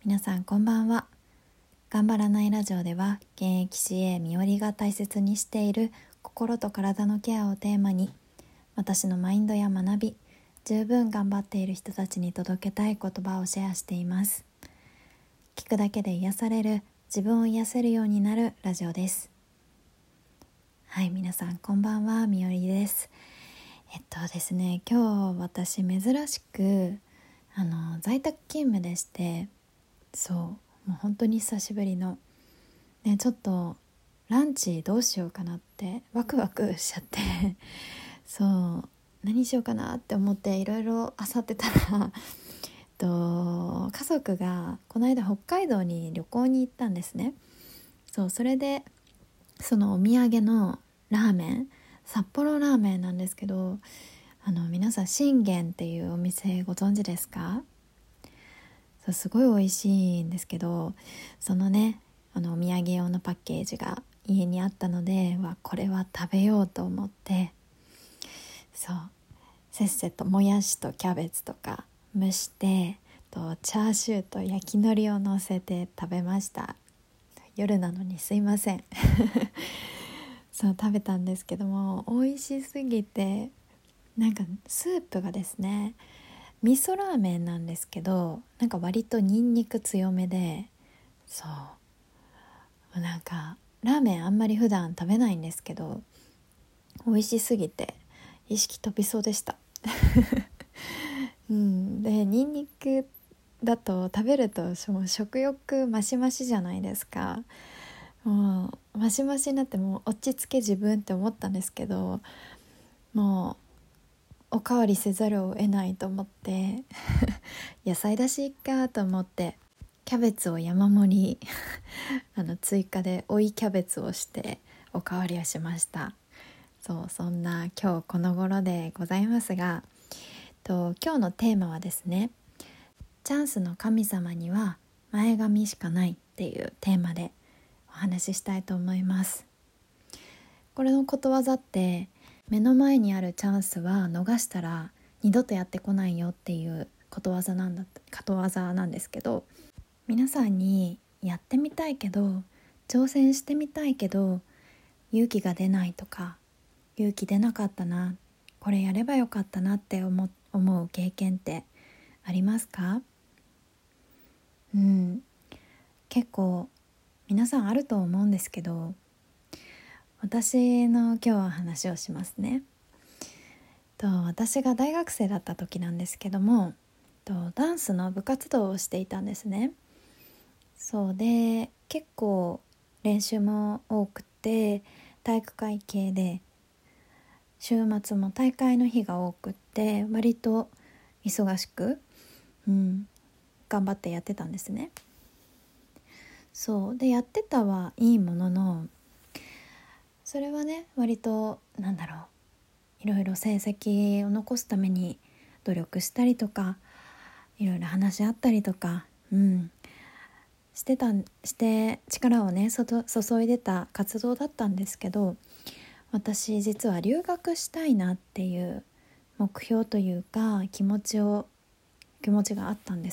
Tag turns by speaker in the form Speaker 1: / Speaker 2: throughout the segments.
Speaker 1: 皆さんこんばんは。頑張らないラジオでは現役 CA みおりが大切にしている心と体のケアをテーマに、私のマインドや学び、十分頑張っている人たちに届けたい言葉をシェアしています。聞くだけで癒される、自分を癒せるようになるラジオです。はい、皆さんこんばんは、みおりです。ですね、今日私珍しく在宅勤務でして、もう本当に久しぶりのね、ちょっとランチどうしようかなってワクワクしちゃって何しようかなって思っていろいろ漁ってたら家族がこの間北海道に旅行に行ったんですね。それでそのお土産のラーメン、札幌ラーメンなんですけど、皆さん信玄っていうお店ご存知ですか？すごい美味しいんですけど、そのね、お土産用のパッケージが家にあったので、これは食べようと思って、せっせともやしとキャベツとか蒸してチャーシューと焼き海苔を乗せて食べました。夜なのにすいません食べたんですけども、美味しすぎて、なんかスープがですね、味噌ラーメンなんですけど、なんか割とニンニク強めで、なんかラーメンあんまり普段食べないんですけど、美味しすぎて意識飛びそうでしたでニンニクだと食べるともう食欲マシマシじゃないですか。もうマシマシになって、もう落ち着け自分って思ったんですけど、もうおかわりせざるを得ないと思って野菜だしいっかと思ってキャベツを山盛り追加で追いキャベツをしておかわりをしました。そんな今日この頃でございますが、今日のテーマはですね、チャンスの神様には前髪しかないっていうテーマでお話ししたいと思います。これのことわざって、目の前にあるチャンスは逃したら二度とやってこないよっていうことわざなんですけど、皆さんにやってみたいけど、挑戦してみたいけど勇気が出ないとか、勇気出なかったな、これやればよかったなって思う経験ってありますか？結構皆さんあると思うんですけど、私の今日は話をしますね。私が大学生だった時なんですけども、ダンスの部活動をしていたんですね。で結構練習も多くて、体育会系で週末も大会の日が多くって、割と忙しく、頑張ってやってたんですね。でやってたはいいものの、それはね、割といろいろ成績を残すために努力したりとか、いろいろ話し合ったりとか、して力をね注いでた活動だったんですけど、私実は留学したいなっていう目標というか気持ちがあったんです。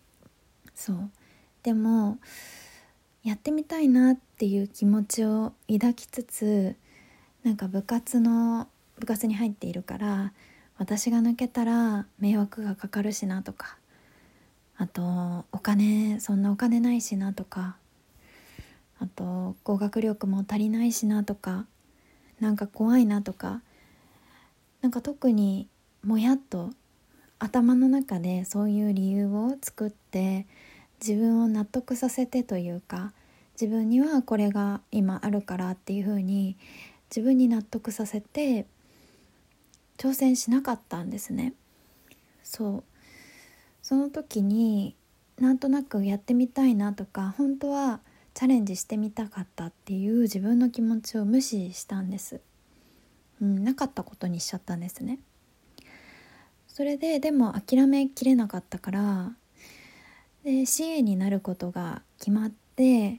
Speaker 1: でもやってみたいなっていう気持ちを抱きつつ、部活に入っているから、私が抜けたら迷惑がかかるしなとか、あとそんなお金ないしなとか、あと語学力も足りないしなとか、怖いなとか、特にもやっと頭の中でそういう理由を作って、自分を納得させてというか、自分にはこれが今あるからっていう風に自分に納得させて挑戦しなかったんですね。その時になんとなくやってみたいなとか、本当はチャレンジしてみたかったっていう自分の気持ちを無視したんです。なかったことにしちゃったんですね。それでも諦めきれなかったから、CA になることが決まって、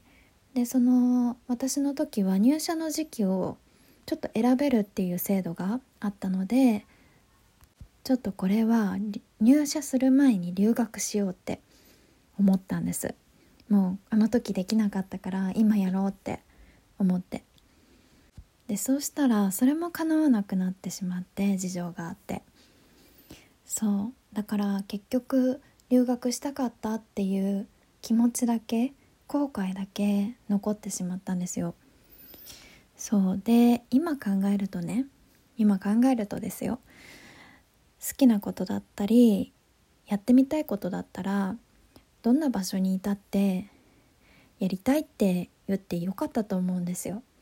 Speaker 1: 私の時は入社の時期をちょっと選べるっていう制度があったので、ちょっとこれは入社する前に留学しようって思ったんです。もうあの時できなかったから今やろうって思って、でそうしたらそれも叶わなくなってしまって、事情があって、そうだから結局留学したかったっていう気持ちだけ、後悔だけ残ってしまったんですよ。そうで今考えるとですよ、好きなことだったりやってみたいことだったら、どんな場所にいたってやりたいって言ってよかったと思うんですよ。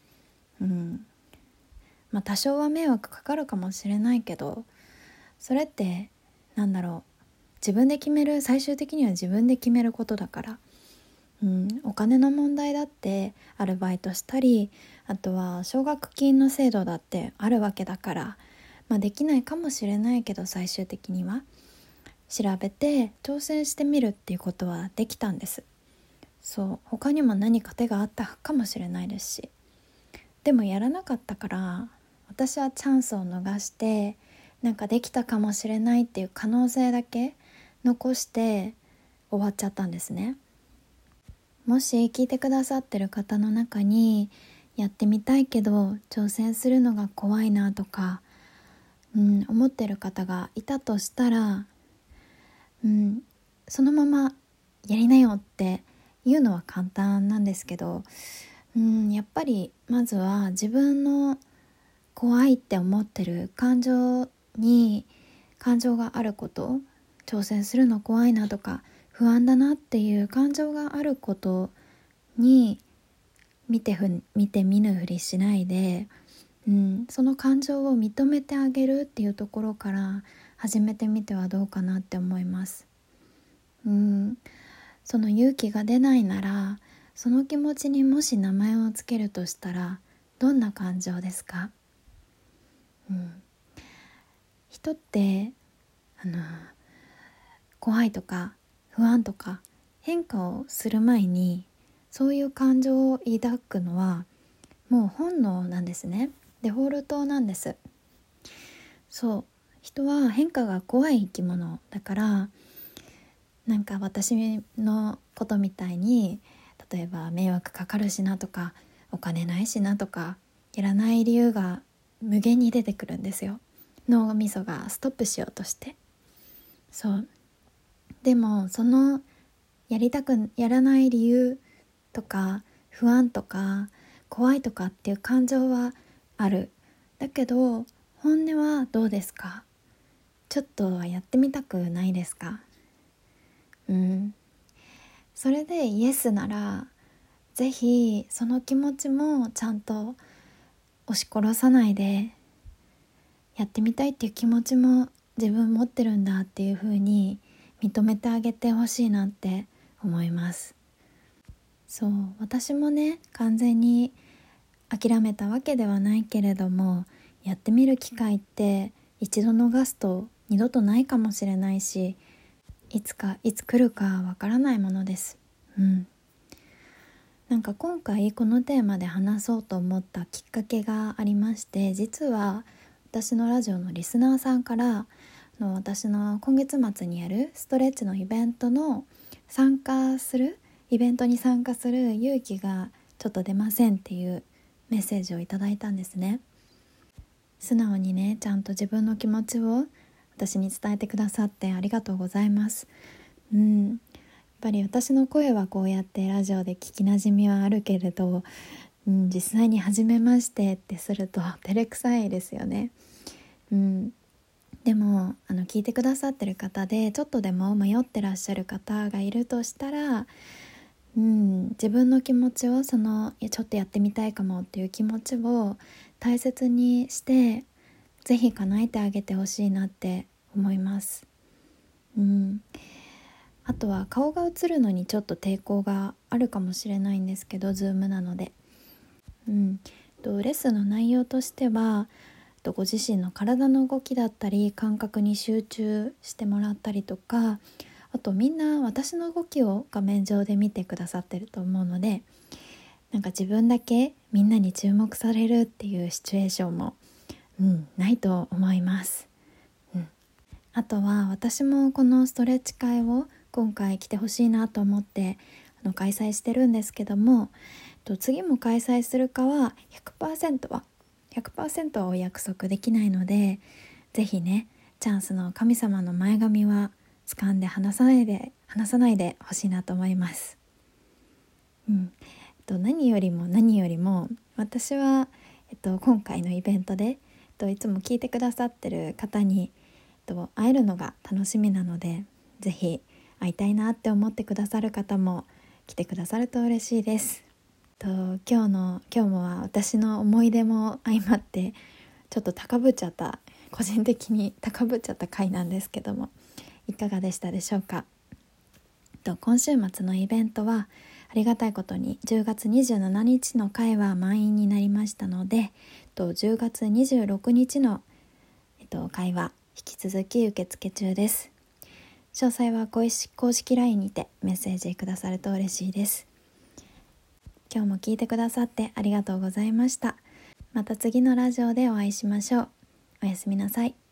Speaker 1: 多少は迷惑かかるかもしれないけど、それって自分で決める、最終的には自分で決めることだから、お金の問題だってアルバイトしたり、あとは奨学金の制度だってあるわけだから、できないかもしれないけど、最終的には調べて挑戦してみるっていうことはできたんです。そう他にも何か手があったかもしれないですし、でもやらなかったから、私はチャンスを逃して、できたかもしれないっていう可能性だけ残して終わっちゃったんですね。もし聞いてくださってる方の中に、やってみたいけど挑戦するのが怖いなとか、思ってる方がいたとしたら、そのままやりなよって言うのは簡単なんですけど、やっぱりまずは自分の怖いって思ってる感情があること、挑戦するの怖いなとか不安だなっていう感情があることに見て見ぬふりしないで、その感情を認めてあげるっていうところから始めてみてはどうかなって思います。その勇気が出ないなら、その気持ちにもし名前をつけるとしたらどんな感情ですか？人って怖いとか不安とか変化をする前にそういう感情を抱くのはもう本能なんですね。デフォルトなんです。そう人は変化が怖い生き物だから、私のことみたいに、例えば迷惑かかるしなとかお金ないしなとか、やらない理由が無限に出てくるんですよ。脳みそがストップしようとして。そうでもそのやらない理由とか不安とか怖いとかっていう感情はある。だけど本音はどうですか？ちょっとはやってみたくないですか？それでイエスなら、ぜひその気持ちもちゃんと押し殺さないで、やってみたいっていう気持ちも自分持ってるんだっていう風に認めてあげてほしいなって思います。そう私もね、完全に諦めたわけではないけれども、やってみる機会って一度逃すと二度とないかもしれないし、いつ来るかわからないものです。今回このテーマで話そうと思ったきっかけがありまして、実は私のラジオのリスナーさんから私の今月末にやるストレッチのイベントに参加する勇気がちょっと出ませんっていうメッセージをいただいたんですね。素直にね、ちゃんと自分の気持ちを私に伝えてくださってありがとうございます。やっぱり私の声はこうやってラジオで聞きなじみはあるけれど、実際に初めましてってすると照れくさいですよね。でも聞いてくださってる方でちょっとでも迷ってらっしゃる方がいるとしたら、自分の気持ちをちょっとやってみたいかもっていう気持ちを大切にしてぜひ叶えてあげてほしいなって思います。あとは顔が映るのにちょっと抵抗があるかもしれないんですけど、ズームなので、レッスンの内容としてはご自身の体の動きだったり感覚に集中してもらったりとか、あとみんな私の動きを画面上で見てくださってると思うので、自分だけみんなに注目されるっていうシチュエーションも、ないと思います。あとは私もこのストレッチ会を今回来てほしいなと思って開催してるんですけども、次も開催するかは100% はお約束できないので、ぜひね、チャンスの神様の前髪は掴んで離さないでほしいなと思います。何よりも私は、今回のイベントで、いつも聞いてくださってる方に、会えるのが楽しみなので、ぜひ会いたいなって思ってくださる方も来てくださると嬉しいです。今日もは私の思い出も相まってちょっと個人的に高ぶっちゃった回なんですけども、いかがでしたでしょうか。今週末のイベントはありがたいことに10月27日の回は満員になりましたので、10月26日の会は引き続き受付中です。詳細は公式 LINE にてメッセージくださると嬉しいです。今日も聞いてくださってありがとうございました。また次のラジオでお会いしましょう。おやすみなさい。